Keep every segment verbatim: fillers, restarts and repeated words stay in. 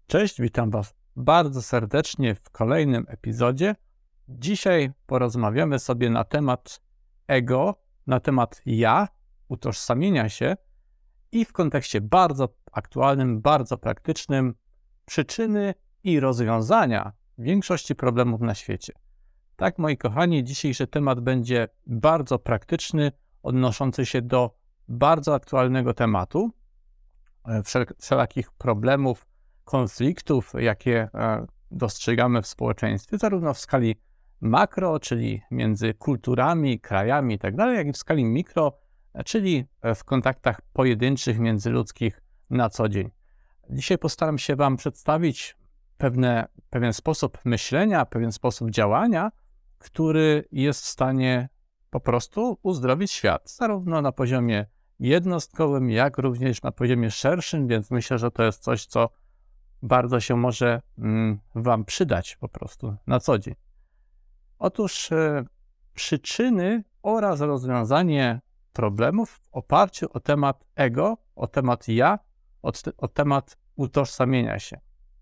Cześć, witam Was bardzo serdecznie w kolejnym epizodzie. Dzisiaj porozmawiamy sobie na temat ego, na temat ja, utożsamienia się i w kontekście bardzo aktualnym, bardzo praktycznym przyczyny i rozwiązania większości problemów na świecie. Tak, moi kochani, dzisiejszy temat będzie bardzo praktyczny, odnoszący się do bardzo aktualnego tematu, wszel- wszelakich problemów, konfliktów, jakie dostrzegamy w społeczeństwie, zarówno w skali makro, czyli między kulturami, krajami itd., jak i w skali mikro, czyli w kontaktach pojedynczych, międzyludzkich na co dzień. Dzisiaj postaram się Wam przedstawić pewne, pewien sposób myślenia, pewien sposób działania, który jest w stanie po prostu uzdrowić świat, zarówno na poziomie jednostkowym, jak również na poziomie szerszym, więc myślę, że to jest coś, co bardzo się może mm, Wam przydać po prostu na co dzień. Otóż e, przyczyny oraz rozwiązanie problemów w oparciu o temat ego, o temat ja, o, o temat utożsamienia się.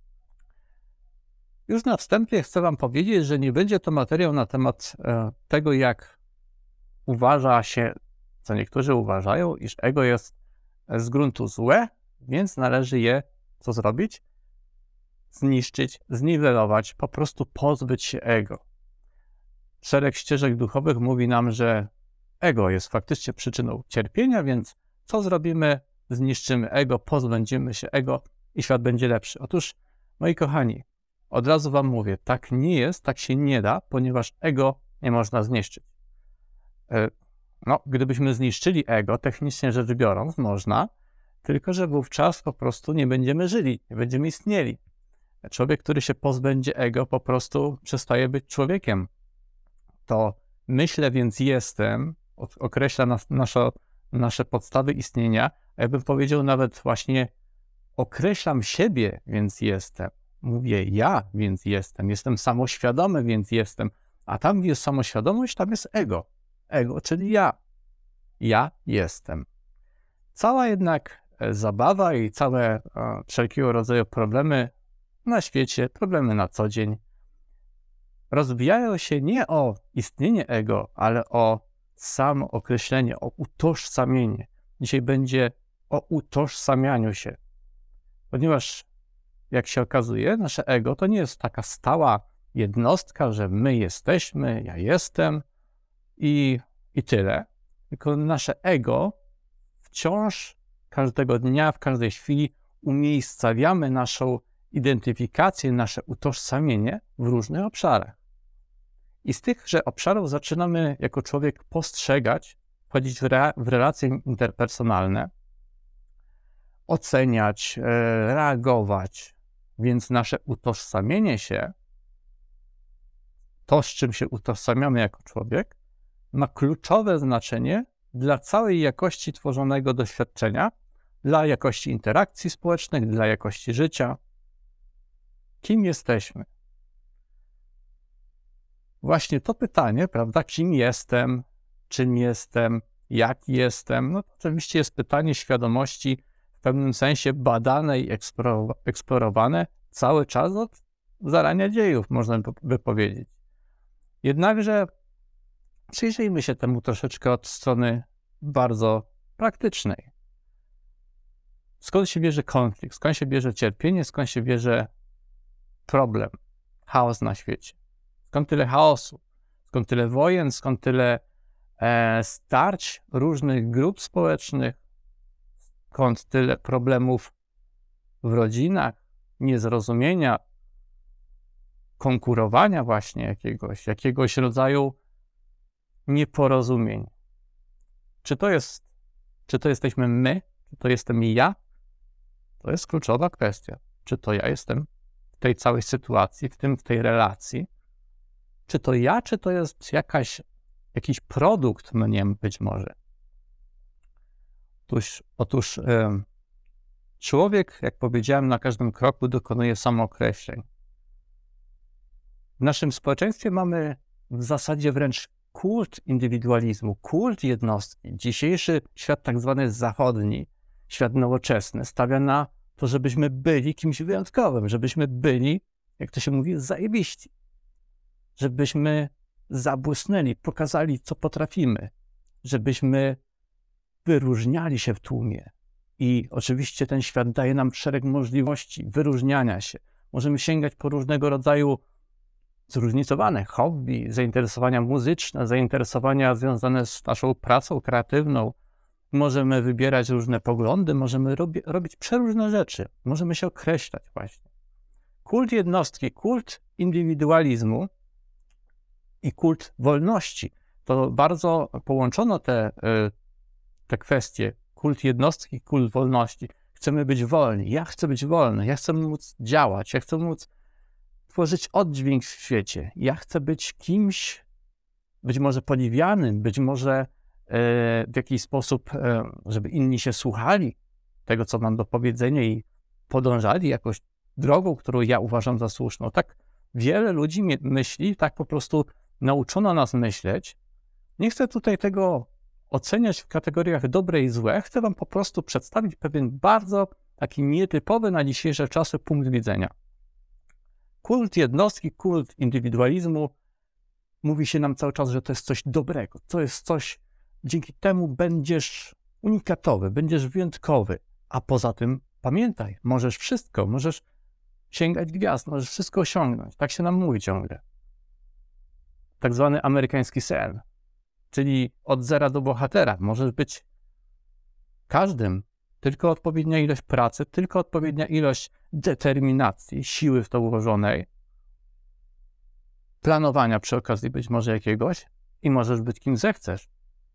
Już na wstępie chcę Wam powiedzieć, że nie będzie to materiał na temat e, tego, jak uważa się, co niektórzy uważają, iż ego jest z gruntu złe, więc należy je co zrobić? Zniszczyć, zniwelować, po prostu pozbyć się ego. Szereg ścieżek duchowych mówi nam, że ego jest faktycznie przyczyną cierpienia, więc co zrobimy? Zniszczymy ego, pozbędziemy się ego i świat będzie lepszy. Otóż, moi kochani, od razu Wam mówię, tak nie jest, tak się nie da, ponieważ ego nie można zniszczyć. No, gdybyśmy zniszczyli ego, technicznie rzecz biorąc, można, tylko że wówczas po prostu nie będziemy żyli, nie będziemy istnieli. Człowiek, który się pozbędzie ego, po prostu przestaje być człowiekiem. To myślę, więc jestem, określa nas, nasze, nasze podstawy istnienia, a ja bym powiedział nawet właśnie określam siebie, więc jestem. Mówię ja, więc jestem. Jestem samoświadomy, więc jestem. A tam, gdzie jest samoświadomość, tam jest ego. Ego, czyli ja. Ja jestem. Cała jednak zabawa i całe e, wszelkiego rodzaju problemy na świecie, problemy na co dzień, rozwijają się nie o istnienie ego, ale o samo określenie, o utożsamienie. Dzisiaj będzie o utożsamianiu się. Ponieważ, jak się okazuje, nasze ego to nie jest taka stała jednostka, że my jesteśmy, ja jestem i, i tyle. Tylko nasze ego wciąż każdego dnia, w każdej chwili umiejscawiamy naszą identyfikację, nasze utożsamienie w różnych obszarach. I z tychże obszarów zaczynamy jako człowiek postrzegać, wchodzić w, re, w relacje interpersonalne, oceniać, e, reagować. Więc nasze utożsamienie się, to z czym się utożsamiamy jako człowiek, ma kluczowe znaczenie dla całej jakości tworzonego doświadczenia, dla jakości interakcji społecznych, dla jakości życia. Kim jesteśmy? Właśnie to pytanie, prawda, kim jestem, czym jestem, jak jestem, no to oczywiście jest pytanie świadomości w pewnym sensie badane i eksplorowane cały czas od zarania dziejów, można by powiedzieć. Jednakże przyjrzyjmy się temu troszeczkę od strony bardzo praktycznej. Skąd się bierze konflikt, skąd się bierze cierpienie, skąd się bierze problem, chaos na świecie? Skąd tyle chaosu, skąd tyle wojen, skąd tyle e, starć różnych grup społecznych, skąd tyle problemów w rodzinach, niezrozumienia, konkurowania właśnie jakiegoś, jakiegoś rodzaju nieporozumień. Czy to jest, czy to jesteśmy my, czy to jestem ja? To jest kluczowa kwestia. Czy to ja jestem w tej całej sytuacji, w tym, w tej relacji? Czy to ja, czy to jest jakaś, jakiś produkt mnie być może? Otóż, otóż yy, człowiek, jak powiedziałem, na każdym kroku dokonuje samookreśleń. W naszym społeczeństwie mamy w zasadzie wręcz kult indywidualizmu, kult jednostki. Dzisiejszy świat tak zwany zachodni, świat nowoczesny, stawia na to żebyśmy byli kimś wyjątkowym, żebyśmy byli, jak to się mówi, zajebiści. Żebyśmy zabłysnęli, pokazali, co potrafimy. Żebyśmy wyróżniali się w tłumie. I oczywiście ten świat daje nam szereg możliwości wyróżniania się. Możemy sięgać po różnego rodzaju zróżnicowane hobby, zainteresowania muzyczne, zainteresowania związane z naszą pracą kreatywną. Możemy wybierać różne poglądy, możemy robi, robić przeróżne rzeczy. Możemy się określać właśnie. Kult jednostki, kult indywidualizmu i kult wolności. To bardzo połączono te, te kwestie. Kult jednostki, kult wolności. Chcemy być wolni. Ja chcę być wolny. Ja chcę móc działać. Ja chcę móc tworzyć oddźwięk w świecie. Ja chcę być kimś, być może podziwianym, być może w jakiś sposób, żeby inni się słuchali tego, co mam do powiedzenia i podążali jakąś drogą, którą ja uważam za słuszną. Tak wiele ludzi myśli, tak po prostu nauczono nas myśleć. Nie chcę tutaj tego oceniać w kategoriach dobre i złe. Chcę wam po prostu przedstawić pewien bardzo taki nietypowy na dzisiejsze czasy punkt widzenia. Kult jednostki, kult indywidualizmu mówi się nam cały czas, że to jest coś dobrego. To jest coś, dzięki temu będziesz unikatowy, będziesz wyjątkowy. A poza tym pamiętaj, możesz wszystko, możesz sięgać gwiazd, możesz wszystko osiągnąć. Tak się nam mówi ciągle. Tak zwany amerykański sen, czyli od zera do bohatera. Możesz być każdym, tylko odpowiednia ilość pracy, tylko odpowiednia ilość determinacji, siły w to ułożonej, planowania przy okazji być może jakiegoś i możesz być kim zechcesz.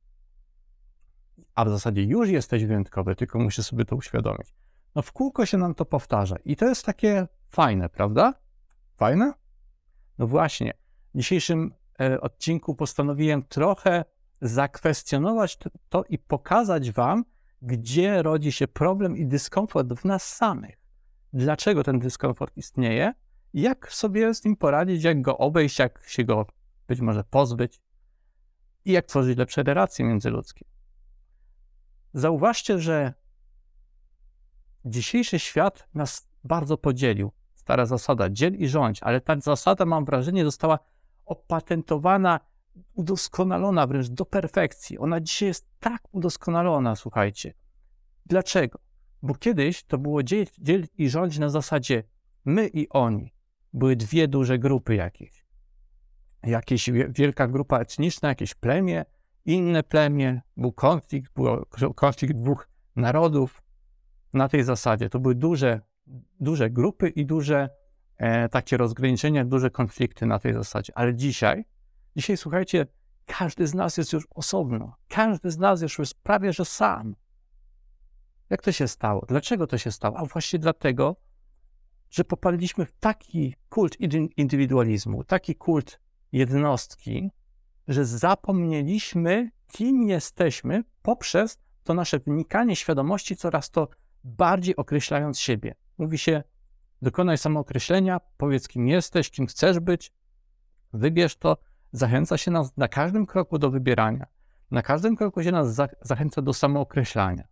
A w zasadzie już jesteś wyjątkowy, tylko musisz sobie to uświadomić. No w kółko się nam to powtarza i to jest takie fajne, prawda? Fajne? No właśnie. W dzisiejszym e, odcinku postanowiłem trochę zakwestionować to i pokazać wam, gdzie rodzi się problem i dyskomfort w nas samych. Dlaczego ten dyskomfort istnieje? Jak sobie z nim poradzić, jak go obejść, jak się go być może pozbyć i jak tworzyć lepsze relacje międzyludzkie. Zauważcie, że dzisiejszy świat nas bardzo podzielił. Stara zasada, dziel i rządź, ale ta zasada, mam wrażenie, została opatentowana, udoskonalona wręcz do perfekcji. Ona dzisiaj jest tak udoskonalona, słuchajcie. Dlaczego? Bo kiedyś to było dziel, dziel i rządź na zasadzie my i oni. Były dwie duże grupy jakieś. Jakaś wielka grupa etniczna, jakieś plemię, inne plemię, był konflikt, był konflikt dwóch narodów. Na tej zasadzie to były duże, duże grupy i duże e, takie rozgraniczenia, duże konflikty na tej zasadzie. Ale dzisiaj, dzisiaj słuchajcie, każdy z nas jest już osobno. Każdy z nas już jest prawie że sam. Jak to się stało? Dlaczego to się stało? A właśnie dlatego, że popadliśmy w taki kult indywidualizmu, taki kult jednostki, że zapomnieliśmy, kim jesteśmy poprzez to nasze wnikanie świadomości coraz to bardziej określając siebie. Mówi się, dokonaj samookreślenia, powiedz, kim jesteś, kim chcesz być, wybierz to, zachęca się nas na każdym kroku do wybierania. Na każdym kroku się nas za zachęca do samookreślania,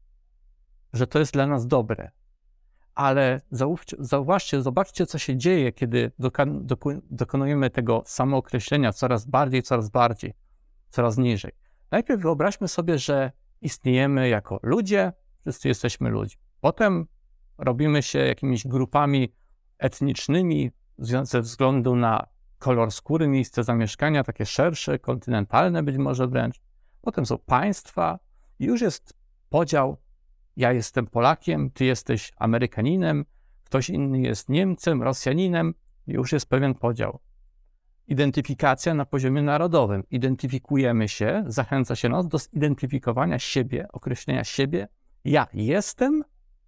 że to jest dla nas dobre. Ale zauważcie, zauważcie, zobaczcie, co się dzieje, kiedy dokan doku dokonujemy tego samookreślenia coraz bardziej, coraz bardziej, coraz niżej. Najpierw wyobraźmy sobie, że istniejemy jako ludzie, wszyscy jesteśmy ludźmi. Potem robimy się jakimiś grupami etnicznymi ze względu na kolor skóry, miejsce zamieszkania, takie szersze, kontynentalne być może wręcz. Potem są państwa i już jest podział. Ja jestem Polakiem, ty jesteś Amerykaninem, ktoś inny jest Niemcem, Rosjaninem. Już jest pewien podział. Identyfikacja na poziomie narodowym. Identyfikujemy się, zachęca się nas do zidentyfikowania siebie, określenia siebie. Ja jestem.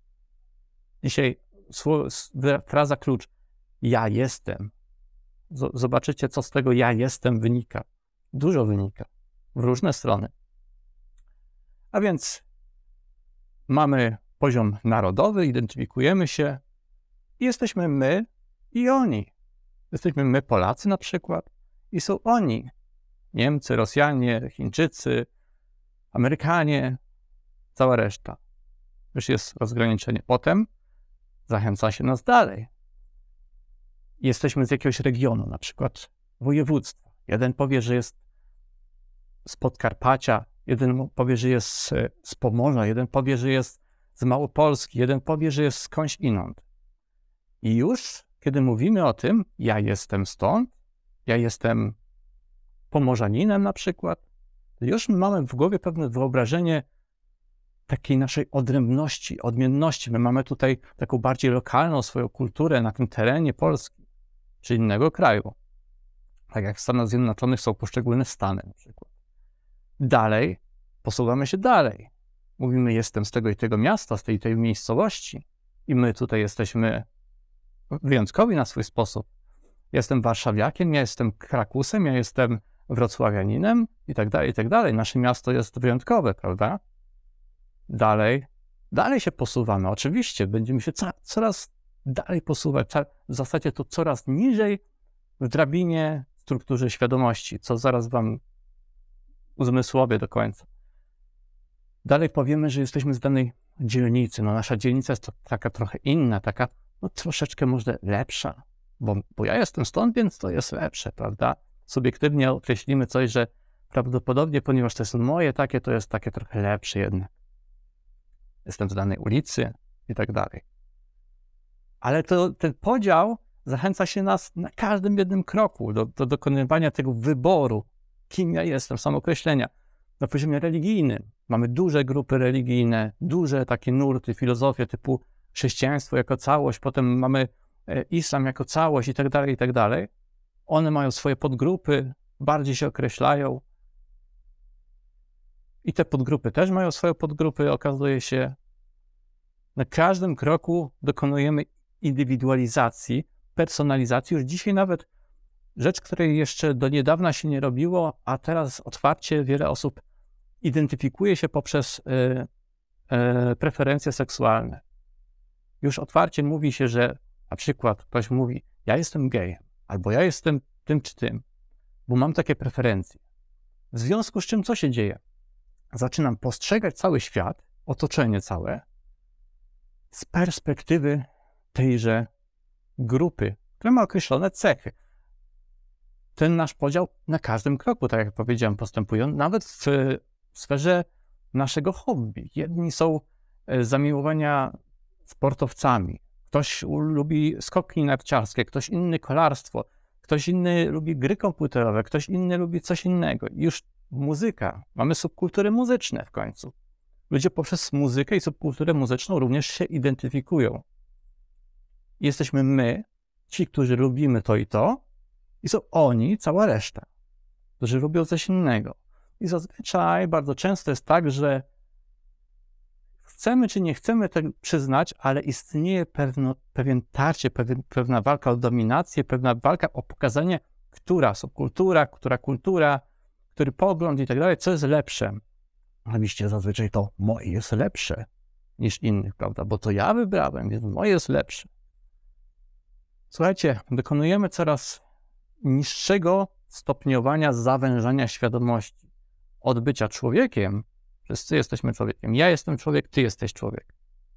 Dzisiaj fraza klucz. Ja jestem. Zobaczycie, co z tego ja jestem wynika. Dużo wynika. W różne strony. A więc mamy poziom narodowy, identyfikujemy się i jesteśmy my i oni. Jesteśmy my Polacy na przykład i są oni. Niemcy, Rosjanie, Chińczycy, Amerykanie, cała reszta. Już jest rozgraniczenie. Potem zachęca się nas dalej. Jesteśmy z jakiegoś regionu, na przykład województwa. Jeden powie, że jest z Podkarpacia, jeden powie, że jest z, z Pomorza, jeden powie, że jest z Małopolski, jeden powie, że jest skądś inąd. I już, kiedy mówimy o tym, ja jestem stąd, ja jestem Pomorzaninem na przykład, to już mamy w głowie pewne wyobrażenie takiej naszej odrębności, odmienności. My mamy tutaj taką bardziej lokalną swoją kulturę na tym terenie Polski, czy innego kraju. Tak jak w Stanach Zjednoczonych są poszczególne stany na przykład. Dalej, posuwamy się dalej. Mówimy, jestem z tego i tego miasta, z tej i tej miejscowości i my tutaj jesteśmy wyjątkowi na swój sposób. Jestem warszawiakiem, ja jestem krakusem, ja jestem wrocławianinem i tak dalej, i tak dalej. Nasze miasto jest wyjątkowe, prawda? Dalej, dalej się posuwamy. Oczywiście będziemy się ca- coraz dalej posuwać. Ca- w zasadzie to coraz niżej w drabinie strukturze świadomości, co zaraz wam uzmysłowię do końca. Dalej powiemy, że jesteśmy z danej dzielnicy. No nasza dzielnica jest to taka trochę inna, taka no troszeczkę może lepsza, bo, bo ja jestem stąd, więc to jest lepsze, prawda? Subiektywnie określimy coś, że prawdopodobnie, ponieważ to jest moje takie, to jest takie trochę lepsze jednak. Jestem z danej ulicy i tak dalej. Ale to, ten podział zachęca się nas na każdym jednym kroku do, do dokonywania tego wyboru, kim ja jestem, samokreślenia. Na poziomie religijnym mamy duże grupy religijne, duże takie nurty, filozofie typu chrześcijaństwo jako całość, potem mamy islam jako całość i tak dalej, i tak dalej. One mają swoje podgrupy, bardziej się określają. I te podgrupy też mają swoje podgrupy, okazuje się. Na każdym kroku dokonujemy indywidualizacji, personalizacji. Już dzisiaj nawet rzecz, której jeszcze do niedawna się nie robiło, a teraz otwarcie wiele osób identyfikuje się poprzez y, y, preferencje seksualne. Już otwarcie mówi się, że na przykład ktoś mówi, ja jestem gejem, albo ja jestem tym czy tym, bo mam takie preferencje. W związku z czym co się dzieje? Zaczynam postrzegać cały świat, otoczenie całe, z perspektywy tejże grupy, która ma określone cechy. Ten nasz podział na każdym kroku, tak jak powiedziałem, postępują, nawet w sferze naszego hobby. Jedni są z zamiłowania sportowcami, ktoś lubi skoki narciarskie, ktoś inny kolarstwo, ktoś inny lubi gry komputerowe, ktoś inny lubi coś innego. I już muzyka, mamy subkultury muzyczne w końcu. Ludzie poprzez muzykę i subkulturę muzyczną również się identyfikują. Jesteśmy my, ci, którzy lubimy to i to, i są oni, cała reszta, którzy lubią coś innego. I zazwyczaj bardzo często jest tak, że chcemy czy nie chcemy tego przyznać, ale istnieje pewno, pewien tarcie, pewien, pewna walka o dominację, pewna walka o pokazanie, która subkultura, która kultura, który pogląd i tak dalej, co jest lepsze. Oczywiście zazwyczaj to moje jest lepsze niż innych, prawda? Bo to ja wybrałem, więc moje jest lepsze. Słuchajcie, dokonujemy coraz niższego stopniowania zawężania świadomości. Od bycia człowiekiem, wszyscy jesteśmy człowiekiem, ja jestem człowiek, ty jesteś człowiek.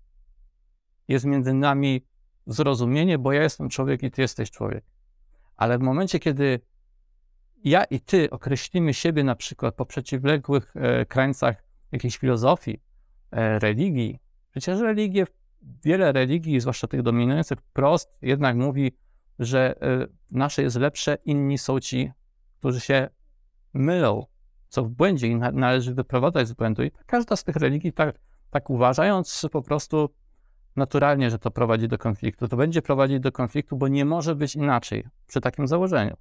Jest między nami zrozumienie, bo ja jestem człowiek i ty jesteś człowiek. Ale w momencie, kiedy ja i ty określimy siebie na przykład po przeciwległych e, krańcach jakiejś filozofii, e, religii, przecież religie, wiele religii, zwłaszcza tych dominujących wprost, jednak mówi, że e, nasze jest lepsze, inni są ci, którzy się mylą, co w błędzie i na, należy wyprowadzać z błędu. I każda z tych religii tak, tak uważając po prostu naturalnie, że to prowadzi do konfliktu. To będzie prowadzić do konfliktu, bo nie może być inaczej przy takim założeniu.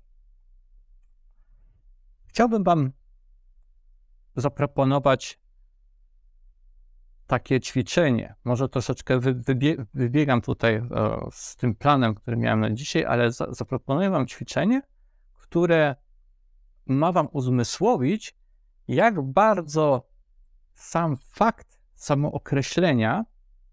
Chciałbym wam zaproponować takie ćwiczenie. Może troszeczkę wy, wybie, wybiegam tutaj e, z tym planem, który miałem na dzisiaj, ale za, zaproponuję wam ćwiczenie, które ma wam uzmysłowić, jak bardzo sam fakt samookreślenia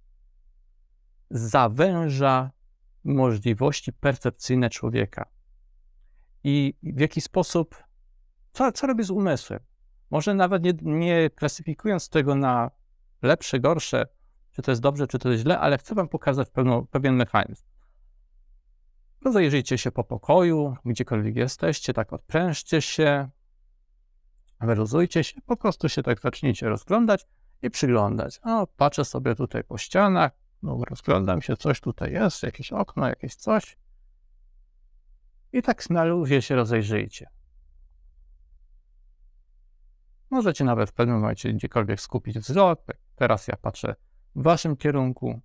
zawęża możliwości percepcyjne człowieka. I w jaki sposób, co, co robi z umysłem? Może nawet nie, nie klasyfikując tego na lepsze, gorsze, czy to jest dobrze, czy to jest źle, ale chcę wam pokazać pewną, pewien mechanizm. Rozejrzyjcie się po pokoju, gdziekolwiek jesteście, tak odprężcie się, wyluzujcie się, po prostu się tak zacznijcie rozglądać i przyglądać. O, patrzę sobie tutaj po ścianach, no, rozglądam się, coś tutaj jest, jakieś okno, jakieś coś. I tak na luzie się rozejrzyjcie. Możecie nawet w pewnym momencie gdziekolwiek skupić wzrok. Teraz ja patrzę w waszym kierunku.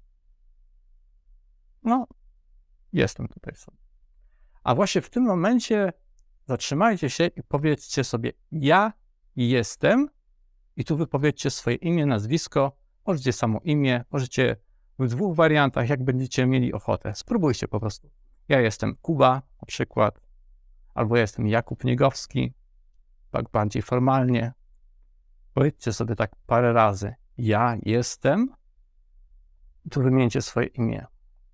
No, jestem tutaj sobie. A właśnie w tym momencie zatrzymajcie się i powiedzcie sobie: ja jestem. I tu wypowiedzcie swoje imię, nazwisko. Możecie samo imię, możecie w dwóch wariantach, jak będziecie mieli ochotę. Spróbujcie po prostu. Ja jestem Kuba, na przykład. Albo ja jestem Jakub Niegowski, tak bardziej formalnie. Powiedzcie sobie tak parę razy. Ja jestem. I tu wymieńcie swoje imię.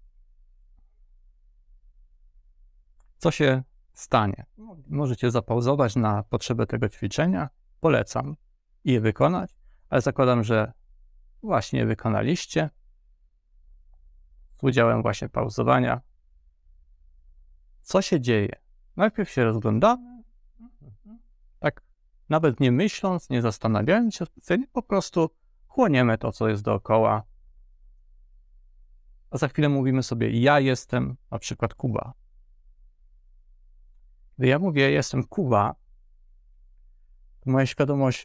Co się stanie? Możecie zapauzować na potrzebę tego ćwiczenia. Polecam je wykonać, ale zakładam, że właśnie je wykonaliście z udziałem właśnie pauzowania. Co się dzieje? Najpierw się rozglądamy, tak nawet nie myśląc, nie zastanawiając się specjalnie, po prostu chłoniemy to, co jest dookoła. A za chwilę mówimy sobie: ja jestem na przykład Kuba. Gdy ja mówię: jestem Kuba, to moja świadomość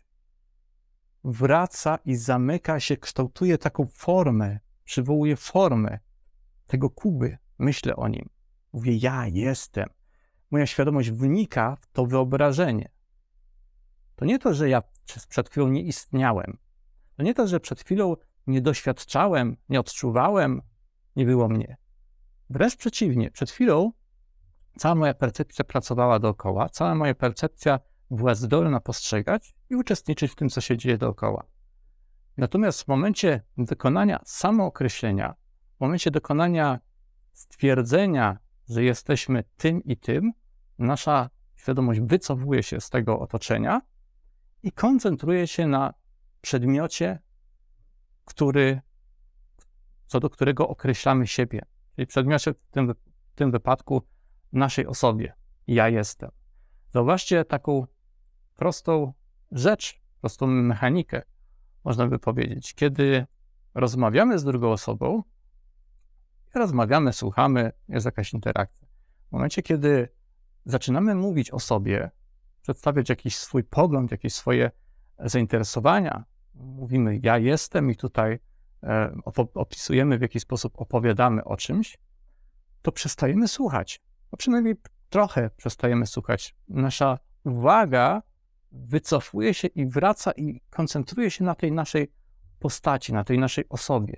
wraca i zamyka się, kształtuje taką formę, przywołuje formę tego Kuby. Myślę o nim. Mówię: ja jestem. Moja świadomość wnika w to wyobrażenie. To nie to, że ja przed chwilą nie istniałem. To nie to, że przed chwilą nie doświadczałem, nie odczuwałem, nie było mnie. Wręcz przeciwnie. Przed chwilą cała moja percepcja pracowała dookoła, cała moja percepcja była zdolna postrzegać i uczestniczyć w tym, co się dzieje dookoła. Natomiast w momencie wykonania samookreślenia, w momencie dokonania stwierdzenia, że jesteśmy tym i tym, nasza świadomość wycofuje się z tego otoczenia i koncentruje się na przedmiocie, który, co do którego określamy siebie. Czyli przedmiocie w tym, w tym wypadku naszej osobie. Ja jestem. Zauważcie taką prostą rzecz, prostą mechanikę, można by powiedzieć. Kiedy rozmawiamy z drugą osobą, rozmawiamy, słuchamy, jest jakaś interakcja. W momencie, kiedy zaczynamy mówić o sobie, przedstawiać jakiś swój pogląd, jakieś swoje zainteresowania, mówimy: ja jestem i tutaj e, opisujemy, w jaki sposób opowiadamy o czymś, to przestajemy słuchać. No przynajmniej trochę przestajemy słuchać. Nasza uwaga wycofuje się i wraca i koncentruje się na tej naszej postaci, na tej naszej osobie.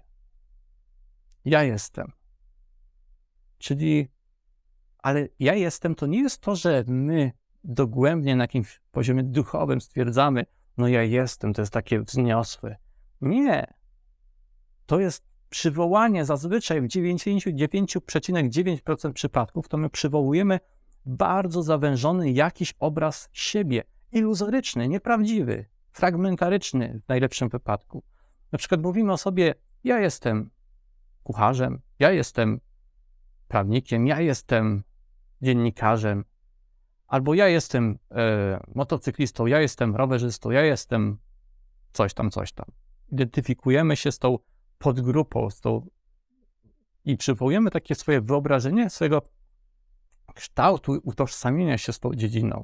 Ja jestem. Czyli, ale ja jestem to nie jest to, że my dogłębnie na jakimś poziomie duchowym stwierdzamy: no ja jestem, to jest takie wzniosłe. Nie. To jest przywołanie zazwyczaj w dziewięćdziesiąt dziewięć przecinek dziewięć procent przypadków, to my przywołujemy bardzo zawężony jakiś obraz siebie, iluzoryczny, nieprawdziwy, fragmentaryczny w najlepszym wypadku. Na przykład mówimy o sobie: ja jestem kucharzem, ja jestem prawnikiem, ja jestem dziennikarzem, albo ja jestem e, motocyklistą, ja jestem rowerzystą, ja jestem coś tam, coś tam. Identyfikujemy się z tą podgrupą, z tą i przywołujemy takie swoje wyobrażenie swojego kształtu utożsamienia się z tą dziedziną.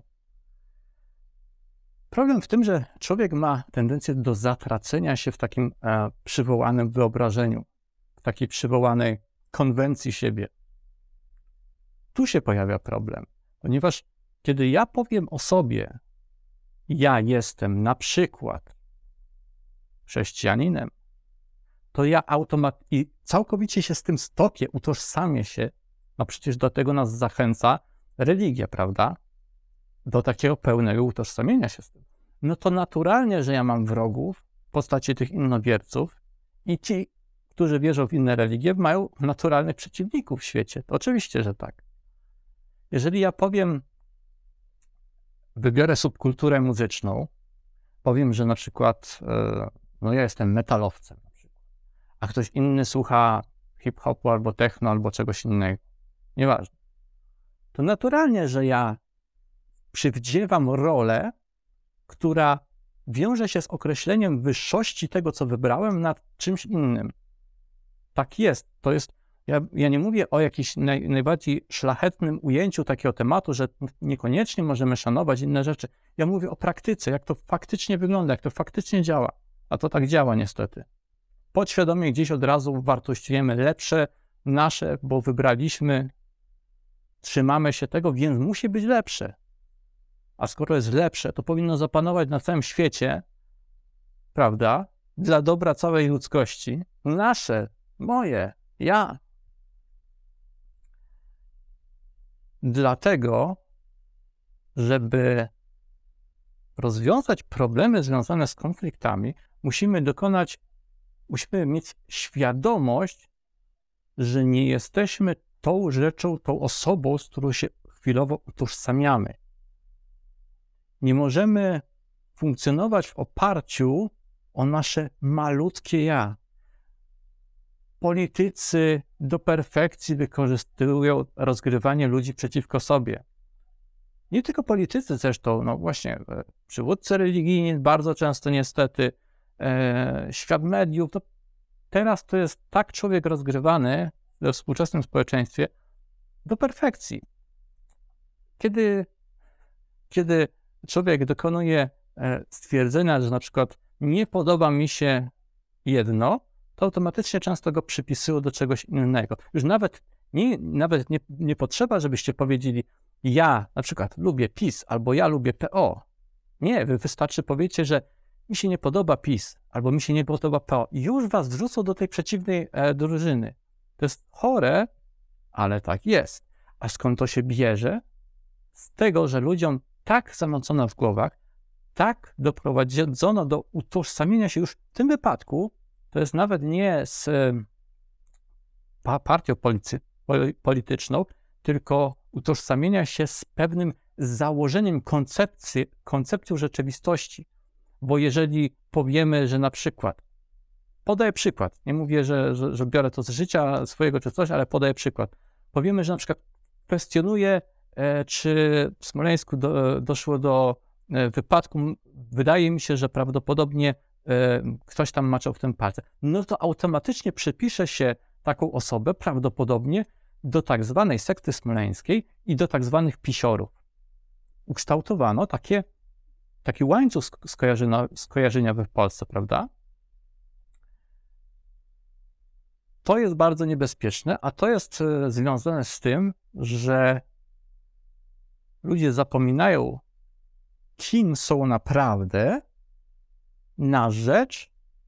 Problem w tym, że człowiek ma tendencję do zatracenia się w takim e, przywołanym wyobrażeniu, w takiej przywołanej konwencji siebie. Tu się pojawia problem, ponieważ kiedy ja powiem o sobie: ja jestem na przykład chrześcijaninem, to ja automatycznie całkowicie się z tym stopię utożsamię się, no przecież do tego nas zachęca religia, prawda? Do takiego pełnego utożsamienia się z tym. No to naturalnie, że ja mam wrogów w postaci tych innowierców i ci, którzy wierzą w inne religie, mają naturalnych przeciwników w świecie. To oczywiście, że tak. Jeżeli ja powiem, wybiorę subkulturę muzyczną, powiem, że na przykład, no ja jestem metalowcem, na przykład, a ktoś inny słucha hip-hopu albo techno, albo czegoś innego. Nieważne. To naturalnie, że ja przywdziewam rolę, która wiąże się z określeniem wyższości tego, co wybrałem, nad czymś innym. Tak jest. To jest. Ja, ja nie mówię o jakimś naj, najbardziej szlachetnym ujęciu takiego tematu, że niekoniecznie możemy szanować inne rzeczy. Ja mówię o praktyce, jak to faktycznie wygląda, jak to faktycznie działa. A to tak działa niestety. Podświadomie gdzieś od razu wartościujemy lepsze nasze, bo wybraliśmy, trzymamy się tego, więc musi być lepsze. A skoro jest lepsze, to powinno zapanować na całym świecie, prawda? Dla dobra całej ludzkości. Nasze, moje, ja. Dlatego, żeby rozwiązać problemy związane z konfliktami, musimy dokonać, musimy mieć świadomość, że nie jesteśmy tą rzeczą, tą osobą, z którą się chwilowo utożsamiamy. Nie możemy funkcjonować w oparciu o nasze malutkie ja. Politycy do perfekcji wykorzystują rozgrywanie ludzi przeciwko sobie. Nie tylko politycy zresztą, no właśnie, przywódcy religijni bardzo często niestety, e, świat mediów, to teraz to jest tak człowiek rozgrywany we współczesnym społeczeństwie do perfekcji. Kiedy, kiedy człowiek dokonuje e, stwierdzenia, że na przykład nie podoba mi się jedno, to automatycznie często go przypisują do czegoś innego. Już nawet nie, nawet nie, nie potrzeba, żebyście powiedzieli, ja na przykład lubię PiS albo ja lubię P O. Nie, wy wystarczy powiedzieć, że mi się nie podoba PiS albo mi się nie podoba P O. I już was wrzucą do tej przeciwnej e, drużyny. To jest chore, ale tak jest. A skąd to się bierze? Z tego, że ludziom tak zamącono w głowach, tak doprowadzono do utożsamienia się już w tym wypadku, to jest nawet nie z pa, partią policy, polityczną, tylko utożsamienia się z pewnym założeniem koncepcji, koncepcją rzeczywistości. Bo jeżeli powiemy, że na przykład, podaję przykład, nie mówię, że, że, że biorę to z życia swojego czy coś, ale podaję przykład. Powiemy, że na przykład kwestionuję, e, czy w Smoleńsku do, doszło do e, wypadku, wydaje mi się, że prawdopodobnie e, ktoś tam maczał w tym palce. No to automatycznie przypisze się taką osobę prawdopodobnie do tak zwanej sekty smoleńskiej i do tak zwanych pisiorów. Ukształtowano takie, taki łańcuch skojarzenia, skojarzeniowy w Polsce, prawda? To jest bardzo niebezpieczne, a to jest związane z tym, że ludzie zapominają, kim są naprawdę na rzecz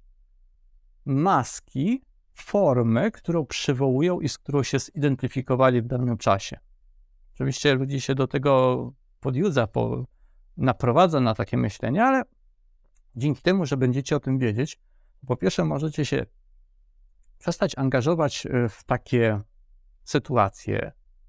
maski, formy, którą przywołują i z którą się zidentyfikowali w danym czasie. Oczywiście ludzi się do tego podjudza, po, naprowadza na takie myślenie, ale dzięki temu, że będziecie o tym wiedzieć, po pierwsze możecie się przestać angażować w takie sytuacje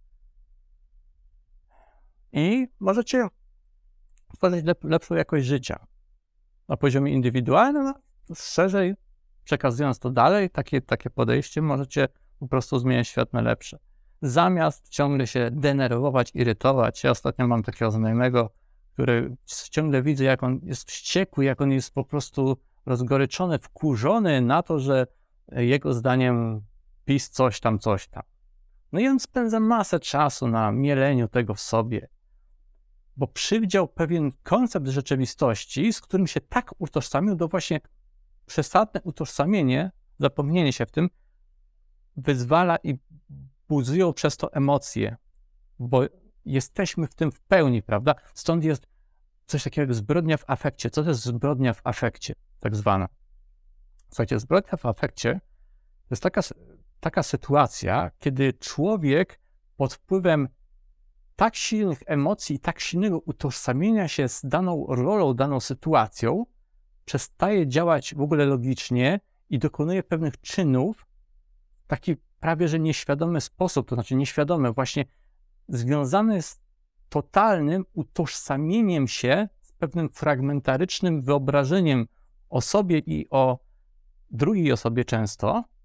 i możecie stworzyć lep- lepszą jakość życia na poziomie indywidualnym, a szerzej przekazując to dalej, takie, takie podejście, możecie po prostu zmieniać świat na lepsze. Zamiast ciągle się denerwować, irytować. Ja ostatnio mam takiego znajomego, który ciągle widzę, jak on jest wściekły, jak on jest po prostu rozgoryczony, wkurzony na to, że jego zdaniem PiS coś tam, coś tam. No i on spędza masę czasu na mieleniu tego w sobie, bo przywdział pewien koncept rzeczywistości, z którym się tak utożsamił, do właśnie przesadne utożsamienie, zapomnienie się w tym, wyzwala i buzują przez to emocje, bo jesteśmy w tym w pełni, prawda? Stąd jest coś takiego jak zbrodnia w afekcie. Co to jest zbrodnia w afekcie, tak zwana? Słuchajcie, zbrodnia w afekcie to jest taka, taka sytuacja, kiedy człowiek pod wpływem tak silnych emocji i tak silnego utożsamienia się z daną rolą, daną sytuacją, przestaje działać w ogóle logicznie i dokonuje pewnych czynów w taki prawie że nieświadomy sposób, to znaczy nieświadomy, właśnie związany z totalnym utożsamieniem się z pewnym fragmentarycznym wyobrażeniem o sobie i o drugiej osobie często,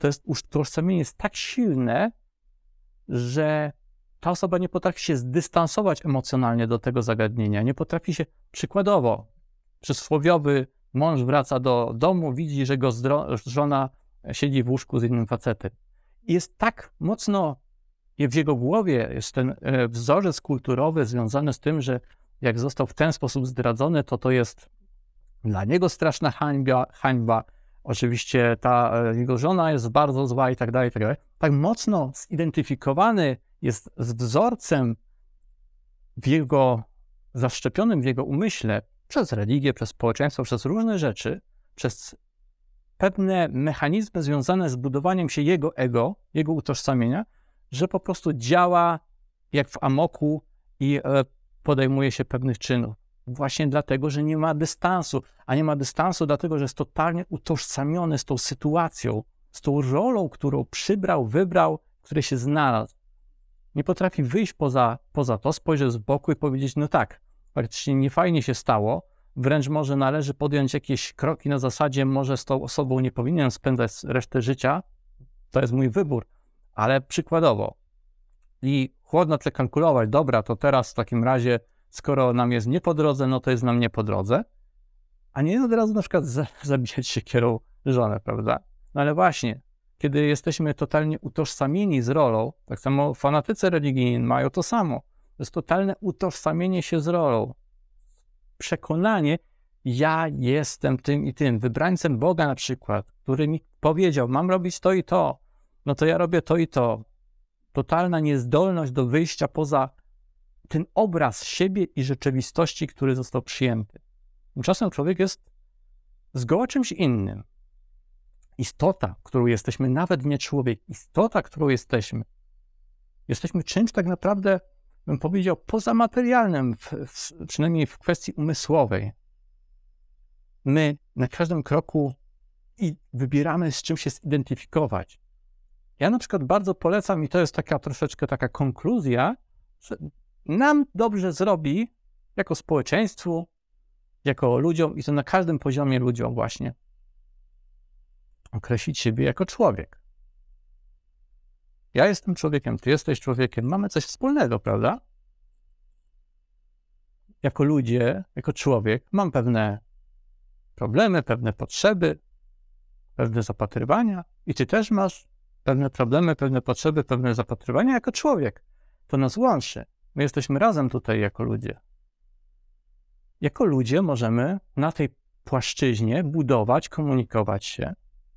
to jest utożsamienie jest tak silne, że ta osoba nie potrafi się zdystansować emocjonalnie do tego zagadnienia, nie potrafi się, przykładowo, przysłowiowy mąż wraca do domu, widzi, że go zdro, żona siedzi w łóżku z innym facetem. I jest tak mocno, w jego głowie jest ten wzorzec kulturowy związany z tym, że jak został w ten sposób zdradzony, to to jest dla niego straszna hańba, hańba. Oczywiście ta jego żona jest bardzo zła i tak dalej, i tak dalej. Tak mocno zidentyfikowany jest z wzorcem w jego, zaszczepionym w jego umyśle przez religię, przez społeczeństwo, przez różne rzeczy, przez pewne mechanizmy związane z budowaniem się jego ego, jego utożsamienia, że po prostu działa jak w amoku i podejmuje się pewnych czynów. Właśnie dlatego, że nie ma dystansu, a nie ma dystansu dlatego, że jest totalnie utożsamiony z tą sytuacją, z tą rolą, którą przybrał, wybrał, w której się znalazł. Nie potrafi wyjść poza, poza to, spojrzeć z boku i powiedzieć, no tak, faktycznie niefajnie się stało, wręcz może należy podjąć jakieś kroki na zasadzie, może z tą osobą nie powinienem spędzać resztę życia, to jest mój wybór, ale przykładowo i chłodno przekalkulować, dobra, to teraz w takim razie, skoro nam jest nie po drodze, no to jest nam nie po drodze, a nie od razu na przykład zabijać się kierą żonę, prawda? No ale właśnie, kiedy jesteśmy totalnie utożsamieni z rolą, tak samo fanatycy religijni mają to samo. To jest totalne utożsamienie się z rolą. Przekonanie, ja jestem tym i tym, wybrańcem Boga na przykład, który mi powiedział, mam robić to i to, no to ja robię to i to. Totalna niezdolność do wyjścia poza ten obraz siebie i rzeczywistości, który został przyjęty. Tymczasem człowiek jest zgoła czymś innym. Istota, którą jesteśmy, nawet nie człowiek, istota, którą jesteśmy, jesteśmy czymś tak naprawdę, bym powiedział, pozamaterialnym, w, w, przynajmniej w kwestii umysłowej. My na każdym kroku i wybieramy, z czym się zidentyfikować. Ja na przykład bardzo polecam, i to jest taka troszeczkę taka konkluzja, że nam dobrze zrobi, jako społeczeństwu, jako ludziom, i to na każdym poziomie ludziom właśnie, określić siebie jako człowiek. Ja jestem człowiekiem, ty jesteś człowiekiem, mamy coś wspólnego, prawda? Jako ludzie, jako człowiek mam pewne problemy, pewne potrzeby, pewne zapatrywania i ty też masz pewne problemy, pewne potrzeby, pewne zapatrywania jako człowiek. To nas łączy. My jesteśmy razem tutaj jako ludzie. Jako ludzie możemy na tej płaszczyźnie budować, komunikować się.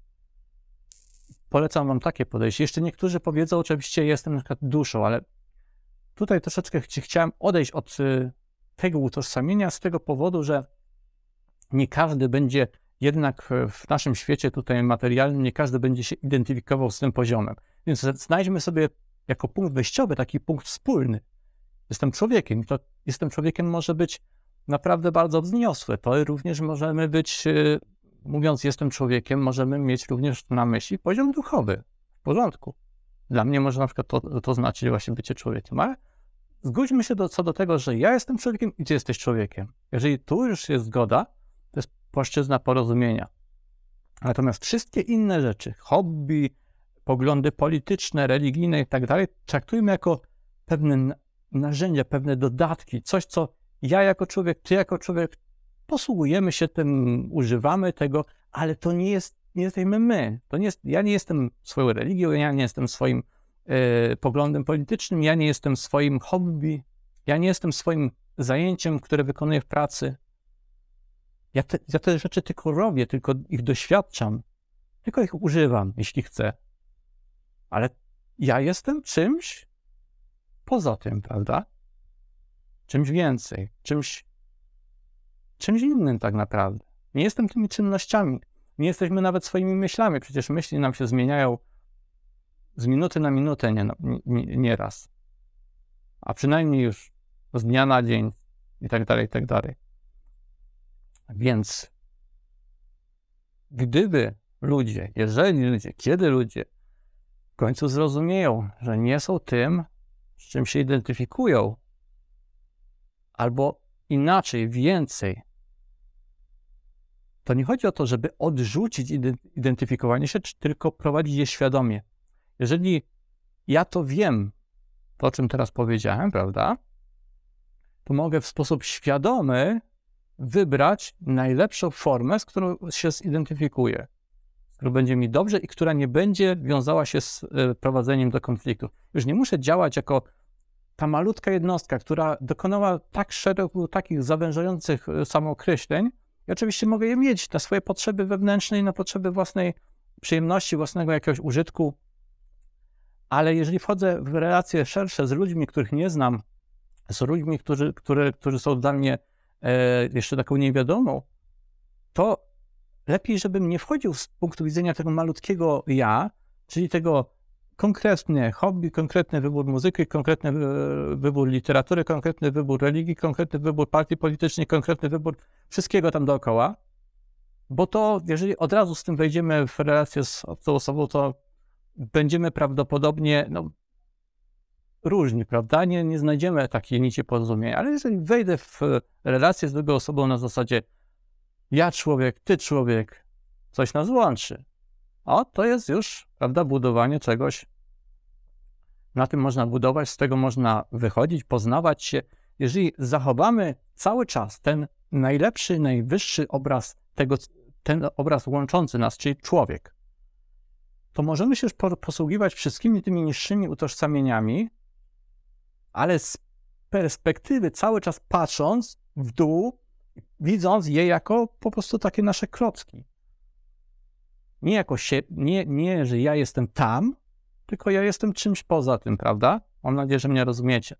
Polecam wam takie podejście. Jeszcze niektórzy powiedzą, oczywiście jestem na przykład duszą, ale tutaj troszeczkę ch chciałem odejść od y, tego utożsamienia z tego powodu, że nie każdy będzie jednak w naszym świecie tutaj materialnym, nie każdy będzie się identyfikował z tym poziomem. Więc znajdźmy sobie jako punkt wyjściowy taki punkt wspólny. Jestem człowiekiem i to jestem człowiekiem może być naprawdę bardzo wzniosłe. To również możemy być, mówiąc jestem człowiekiem, możemy mieć również na myśli poziom duchowy. W porządku. Dla mnie może na przykład to, to znaczyć właśnie bycie człowiekiem, ale zgódźmy się do, co do tego, że ja jestem człowiekiem i ty jesteś człowiekiem. Jeżeli tu już jest zgoda, to jest płaszczyzna porozumienia. Natomiast wszystkie inne rzeczy, hobby, poglądy polityczne, religijne i tak dalej, traktujmy jako pewne narzędzia, pewne dodatki, coś, co ja jako człowiek, ty jako człowiek posługujemy się tym, używamy tego, ale to nie jest, nie jesteśmy my. To nie jest, ja nie jestem swoją religią, ja nie jestem swoim e, poglądem politycznym, ja nie jestem swoim hobby, ja nie jestem swoim zajęciem, które wykonuję w pracy. Ja te, ja te rzeczy tylko robię, tylko ich doświadczam, tylko ich używam, jeśli chcę. Ale ja jestem czymś poza tym, prawda? Czymś więcej, czymś, czymś innym tak naprawdę. Nie jestem tymi czynnościami. Nie jesteśmy nawet swoimi myślami. Przecież myśli nam się zmieniają z minuty na minutę nie, nie, nie raz. A przynajmniej już z dnia na dzień i tak dalej, i tak dalej. Więc gdyby ludzie, jeżeli ludzie, kiedy ludzie w końcu zrozumieją, że nie są tym, z czym się identyfikują, albo inaczej, więcej, to nie chodzi o to, żeby odrzucić identyfikowanie się, czy tylko prowadzić je świadomie. Jeżeli ja to wiem, to o czym teraz powiedziałem, prawda, to mogę w sposób świadomy wybrać najlepszą formę, z którą się zidentyfikuję, z którą będzie mi dobrze i która nie będzie wiązała się z prowadzeniem do konfliktu. Już nie muszę działać jako ta malutka jednostka, która dokonała tak szeregu takich zawężających samookreśleń, i oczywiście mogę je mieć na swoje potrzeby wewnętrzne i na potrzeby własnej przyjemności, własnego jakiegoś użytku, ale jeżeli wchodzę w relacje szersze z ludźmi, których nie znam, z ludźmi, którzy, którzy, którzy są dla mnie e, jeszcze taką niewiadomą, to lepiej, żebym nie wchodził z punktu widzenia tego malutkiego ja, czyli tego konkretne hobby, konkretny wybór muzyki, konkretny wybór literatury, konkretny wybór religii, konkretny wybór partii politycznej, konkretny wybór wszystkiego tam dookoła, bo to, jeżeli od razu z tym wejdziemy w relację z obcą osobą, to będziemy prawdopodobnie no, różni, prawda? Nie, nie znajdziemy takiej nici porozumienia, ale jeżeli wejdę w relację z drugą osobą na zasadzie ja człowiek, ty człowiek, coś nas łączy, o, to jest już, prawda, budowanie czegoś. Na tym można budować, z tego można wychodzić, poznawać się. Jeżeli zachowamy cały czas ten najlepszy, najwyższy obraz tego, ten obraz łączący nas, czyli człowiek, to możemy się już posługiwać wszystkimi tymi niższymi utożsamieniami, ale z perspektywy cały czas patrząc w dół, widząc je jako po prostu takie nasze klocki. Nie jako się, nie, nie, że ja jestem tam, tylko ja jestem czymś poza tym, prawda? Mam nadzieję, że mnie rozumiecie.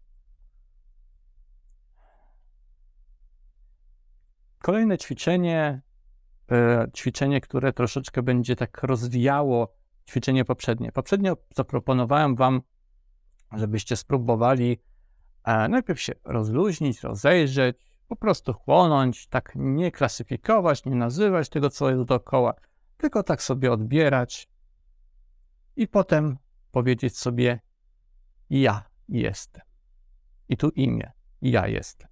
Kolejne ćwiczenie, e, ćwiczenie, które troszeczkę będzie tak rozwijało ćwiczenie poprzednie. Poprzednio zaproponowałem wam, żebyście spróbowali e, najpierw się rozluźnić, rozejrzeć, po prostu chłonąć, tak nie klasyfikować, nie nazywać tego, co jest dookoła, tylko tak sobie odbierać i potem powiedzieć sobie ja jestem. I tu imię, ja jestem.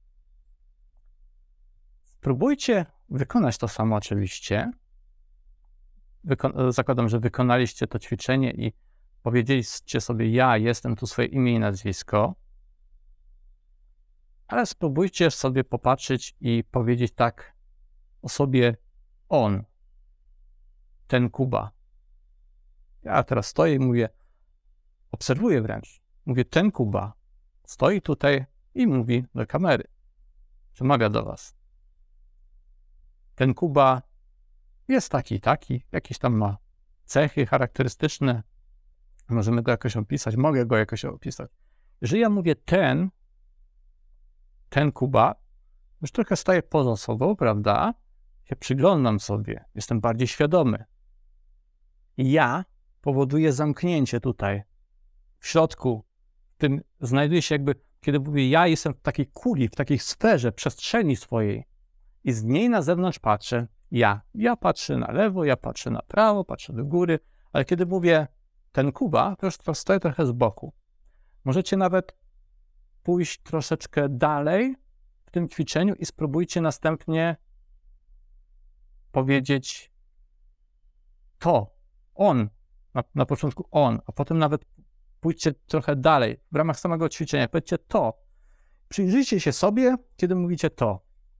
Spróbujcie wykonać to samo oczywiście. Wyko- zakładam, że wykonaliście to ćwiczenie i powiedzieliście sobie ja jestem, tu swoje imię i nazwisko. Ale spróbujcie sobie popatrzeć i powiedzieć tak o sobie on, ten Kuba. Ja teraz stoję i mówię, obserwuję wręcz, mówię ten Kuba stoi tutaj i mówi do kamery, przemawia do was. Ten Kuba jest taki, taki, jakieś tam ma cechy charakterystyczne, możemy go jakoś opisać, mogę go jakoś opisać. Jeżeli ja mówię ten, ten Kuba, już trochę staję poza sobą, prawda? Się przyglądam sobie, jestem bardziej świadomy. I ja powoduję zamknięcie tutaj, w środku, w tym znajduję się jakby, kiedy mówię ja jestem w takiej kuli, w takiej sferze, przestrzeni swojej i z niej na zewnątrz patrzę ja. Ja patrzę na lewo, ja patrzę na prawo, patrzę do góry, ale kiedy mówię ten Kuba, to już stoję trochę z boku. Możecie nawet pójść troszeczkę dalej w tym ćwiczeniu i spróbujcie następnie powiedzieć to, on, na, na początku on, a potem nawet pójdźcie trochę dalej w ramach samego ćwiczenia, powiedzcie to. Przyjrzyjcie się sobie, kiedy mówicie to.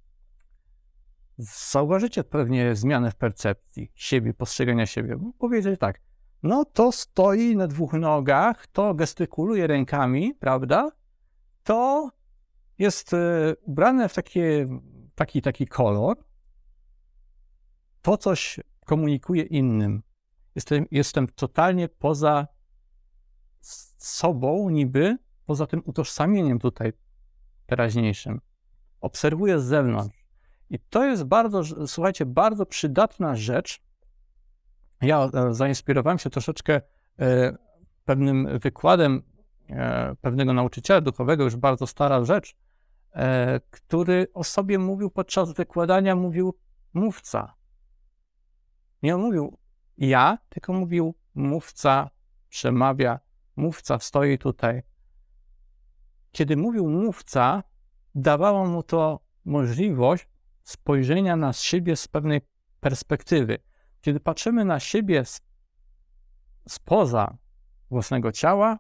Zauważycie pewnie zmianę w percepcji siebie, postrzegania siebie. Powiedzieć tak, no to stoi na dwóch nogach, to gestykuluje rękami, prawda? To jest y, ubrane w takie, taki, taki kolor. To coś komunikuje innym. Jestem, jestem totalnie poza sobą, niby poza tym utożsamieniem tutaj teraźniejszym. Obserwuję z zewnątrz. I to jest bardzo, słuchajcie, bardzo przydatna rzecz. Ja e, zainspirowałem się troszeczkę e, pewnym wykładem e, pewnego nauczyciela duchowego, już bardzo stara rzecz, e, który o sobie mówił podczas wykładania, mówił mówca. Nie mówił ja, tylko mówił mówca, przemawia, mówca stoi tutaj. Kiedy mówił mówca, dawało mu to możliwość spojrzenia na siebie z pewnej perspektywy. Kiedy patrzymy na siebie z, spoza własnego ciała,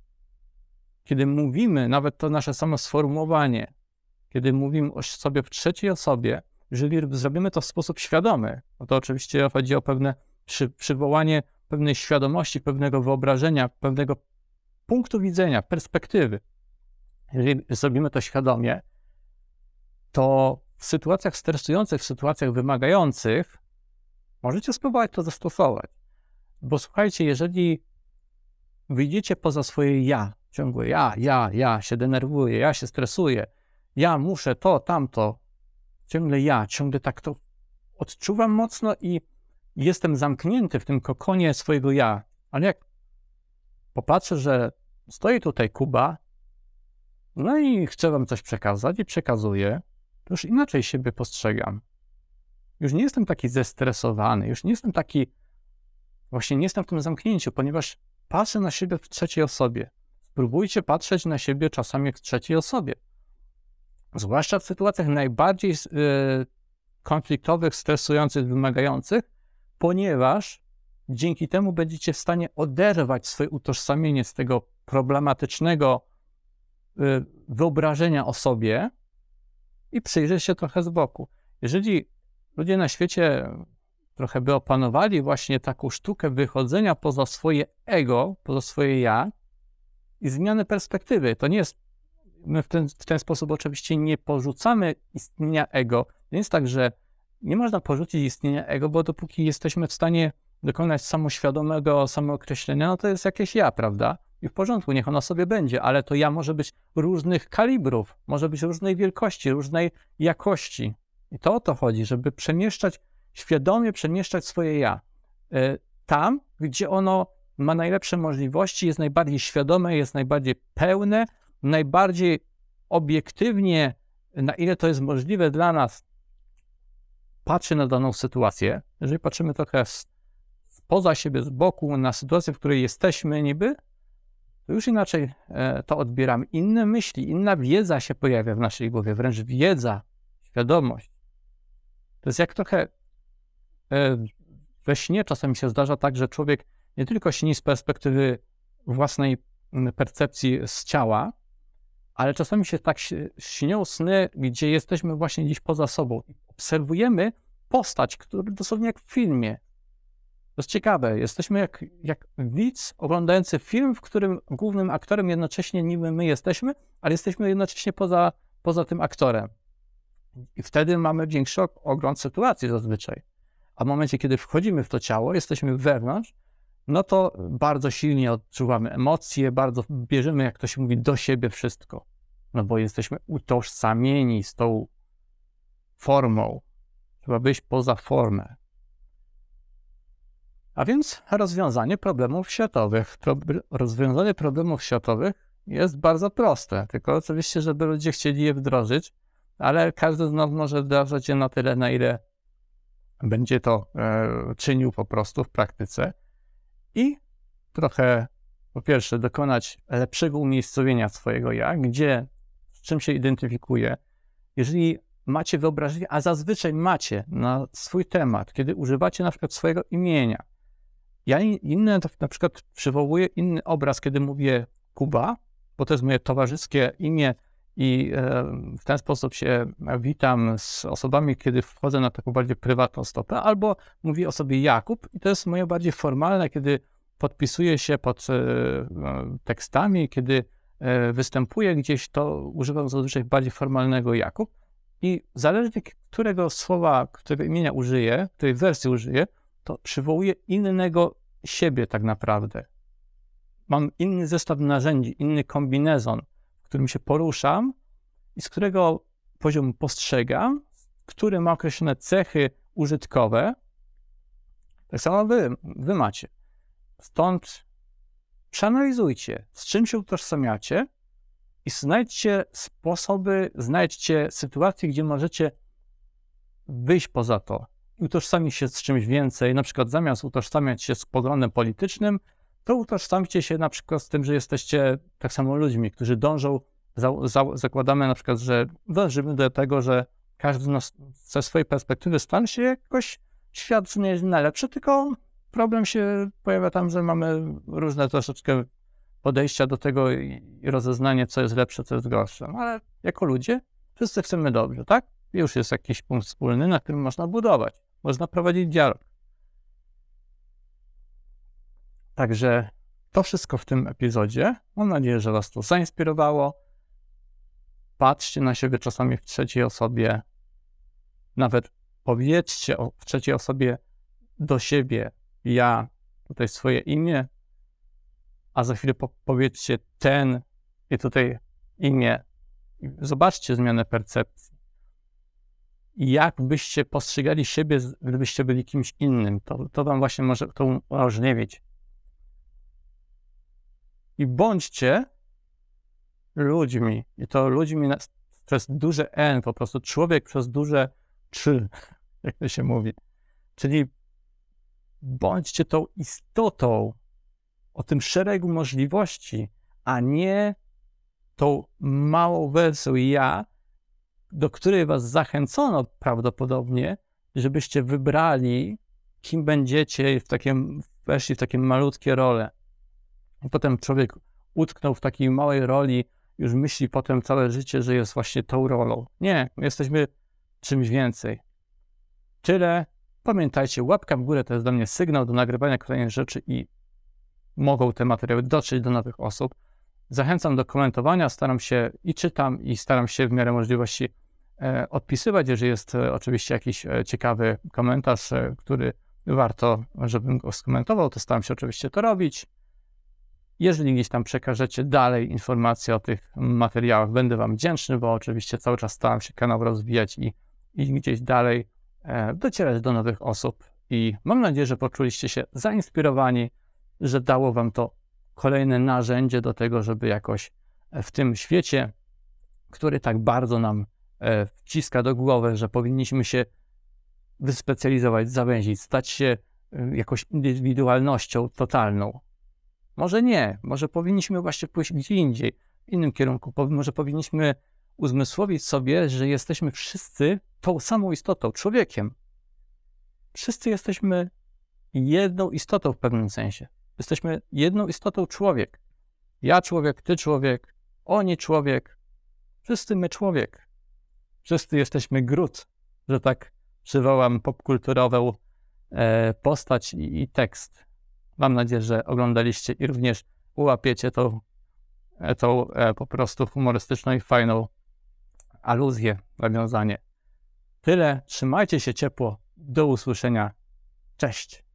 kiedy mówimy, nawet to nasze samo sformułowanie, kiedy mówimy o sobie w trzeciej osobie, jeżeli zrobimy to w sposób świadomy, no to oczywiście chodzi o pewne przy, przywołanie pewnej świadomości, pewnego wyobrażenia, pewnego punktu widzenia, perspektywy. Jeżeli zrobimy to świadomie, to w sytuacjach stresujących, w sytuacjach wymagających możecie spróbować to zastosować. Bo słuchajcie, jeżeli wyjdziecie poza swoje ja, ciągłe ja, ja, ja się denerwuję, ja się stresuję, ja muszę to, tamto, ciągle ja, ciągle tak to odczuwam mocno i jestem zamknięty w tym kokonie swojego ja. Ale jak popatrzę, że stoi tutaj Kuba, no i chcę wam coś przekazać i przekazuję, to już inaczej siebie postrzegam. Już nie jestem taki zestresowany, już nie jestem taki, właśnie nie jestem w tym zamknięciu, ponieważ patrzę na siebie w trzeciej osobie. Spróbujcie patrzeć na siebie czasami w trzeciej osobie. Zwłaszcza w sytuacjach najbardziej yy, konfliktowych, stresujących, wymagających, ponieważ dzięki temu będziecie w stanie oderwać swoje utożsamienie z tego problematycznego yy, wyobrażenia o sobie i przyjrzeć się trochę z boku. Jeżeli ludzie na świecie trochę by opanowali właśnie taką sztukę wychodzenia poza swoje ego, poza swoje ja i zmiany perspektywy, to nie jest, my w ten, w ten sposób oczywiście nie porzucamy istnienia ego. To nie jest tak, że nie można porzucić istnienia ego, bo dopóki jesteśmy w stanie dokonać samoświadomego samookreślenia, no to jest jakieś ja, prawda? I w porządku, niech ono sobie będzie, ale to ja może być różnych kalibrów, może być różnej wielkości, różnej jakości. I to o to chodzi, żeby przemieszczać, świadomie przemieszczać swoje ja. Tam, gdzie ono ma najlepsze możliwości, jest najbardziej świadome, jest najbardziej pełne, najbardziej obiektywnie, na ile to jest możliwe dla nas, patrzy na daną sytuację. Jeżeli patrzymy trochę spoza siebie, z boku, na sytuację, w której jesteśmy niby, to już inaczej to odbieramy. Inne myśli, inna wiedza się pojawia w naszej głowie, wręcz wiedza, świadomość. To jest jak trochę we śnie czasami się zdarza tak, że człowiek nie tylko śni z perspektywy własnej percepcji z ciała, ale czasami się tak śnią sny, gdzie jesteśmy właśnie gdzieś poza sobą. Obserwujemy postać, która dosłownie jak w filmie. To jest ciekawe. Jesteśmy jak, jak widz oglądający film, w którym głównym aktorem jednocześnie niby my jesteśmy, ale jesteśmy jednocześnie poza, poza tym aktorem. I wtedy mamy większy ogląd sytuacji zazwyczaj. A w momencie, kiedy wchodzimy w to ciało, jesteśmy wewnątrz, no to bardzo silnie odczuwamy emocje, bardzo bierzemy, jak to się mówi, do siebie wszystko. No bo jesteśmy utożsamieni z tą formą. Trzeba wyjść poza formę. A więc rozwiązanie problemów światowych. Pro, rozwiązanie problemów światowych jest bardzo proste, tylko oczywiście, żeby ludzie chcieli je wdrożyć, ale każdy z nas może wdrażać je na tyle, na ile będzie to e, czynił po prostu w praktyce i trochę, po pierwsze, dokonać lepszego umiejscowienia swojego ja, gdzie, z czym się identyfikuje. Jeżeli macie wyobrażenie, a zazwyczaj macie na swój temat, kiedy używacie na przykład swojego imienia. Ja inne, na przykład przywołuję inny obraz, kiedy mówię Kuba, bo to jest moje towarzyskie imię i w ten sposób się witam z osobami, kiedy wchodzę na taką bardziej prywatną stopę, albo mówię o sobie Jakub i to jest moje bardziej formalne, kiedy podpisuję się pod tekstami, kiedy występuję gdzieś, to używam zazwyczaj bardziej formalnego Jakub i zależnie którego słowa, którego imienia użyję, której wersji użyję, to przywołuję innego siebie tak naprawdę. Mam inny zestaw narzędzi, inny kombinezon, w którym się poruszam i z którego poziomu postrzegam, który ma określone cechy użytkowe. Tak samo wy, wy macie. Stąd przeanalizujcie, z czym się utożsamiacie i znajdźcie sposoby, znajdźcie sytuacje, gdzie możecie wyjść poza to. Utożsamić się z czymś więcej, na przykład zamiast utożsamiać się z poglądem politycznym, to utożsamcie się na przykład z tym, że jesteście tak samo ludźmi, którzy dążą, za, za, zakładamy na przykład, że dążymy do tego, że każdy z nas ze swojej perspektywy stara się jakoś świat zmienić na lepszy, tylko problem się pojawia tam, że mamy różne troszeczkę podejścia do tego i rozeznanie, co jest lepsze, co jest gorsze. No, ale jako ludzie wszyscy chcemy dobrze, tak? I już jest jakiś punkt wspólny, na którym można budować. Można prowadzić dialog. Także to wszystko w tym epizodzie. Mam nadzieję, że was to zainspirowało. Patrzcie na siebie czasami w trzeciej osobie. Nawet powiedzcie o, w trzeciej osobie do siebie ja, tutaj swoje imię, a za chwilę po, powiedzcie ten i tutaj imię. Zobaczcie zmianę percepcji. I jak byście postrzegali siebie, gdybyście byli kimś innym. To, to wam właśnie może to umożliwić. I bądźcie ludźmi. I to ludźmi na, przez duże N, po prostu człowiek przez duże trzy, jak to się mówi. Czyli bądźcie tą istotą o tym szeregu możliwości, a nie tą małą wersją ja, do której was zachęcono prawdopodobnie, żebyście wybrali, kim będziecie i w takim, weszli w takie malutkie role. I potem człowiek utknął w takiej małej roli, już myśli potem całe życie, że jest właśnie tą rolą. Nie, my jesteśmy czymś więcej. Tyle. Pamiętajcie, łapka w górę to jest dla mnie sygnał do nagrywania kolejnych rzeczy i mogą te materiały dotrzeć do nowych osób. Zachęcam do komentowania, staram się i czytam i staram się w miarę możliwości e, odpisywać, jeżeli jest e, oczywiście jakiś e, ciekawy komentarz, e, który warto, żebym go skomentował, to staram się oczywiście to robić. Jeżeli gdzieś tam przekażecie dalej informacje o tych materiałach, będę wam wdzięczny, bo oczywiście cały czas staram się kanał rozwijać i, i gdzieś dalej e, docierać do nowych osób i mam nadzieję, że poczuliście się zainspirowani, że dało wam to kolejne narzędzie do tego, żeby jakoś w tym świecie, który tak bardzo nam e, wciska do głowy, że powinniśmy się wyspecjalizować, zawęzić, stać się e, jakąś indywidualnością totalną. Może nie, może powinniśmy właśnie pójść gdzie indziej, w innym kierunku. Po, może powinniśmy uzmysłowić sobie, że jesteśmy wszyscy tą samą istotą, człowiekiem. Wszyscy jesteśmy jedną istotą w pewnym sensie. Jesteśmy jedną istotą człowiek. Ja człowiek, ty człowiek, oni człowiek, wszyscy my człowiek. Wszyscy jesteśmy Groot, że tak przywołam popkulturową e, postać i, i tekst. Mam nadzieję, że oglądaliście i również ułapiecie tą, tą e, po prostu humorystyczną i fajną aluzję, nawiązanie. Tyle, trzymajcie się ciepło, do usłyszenia, cześć!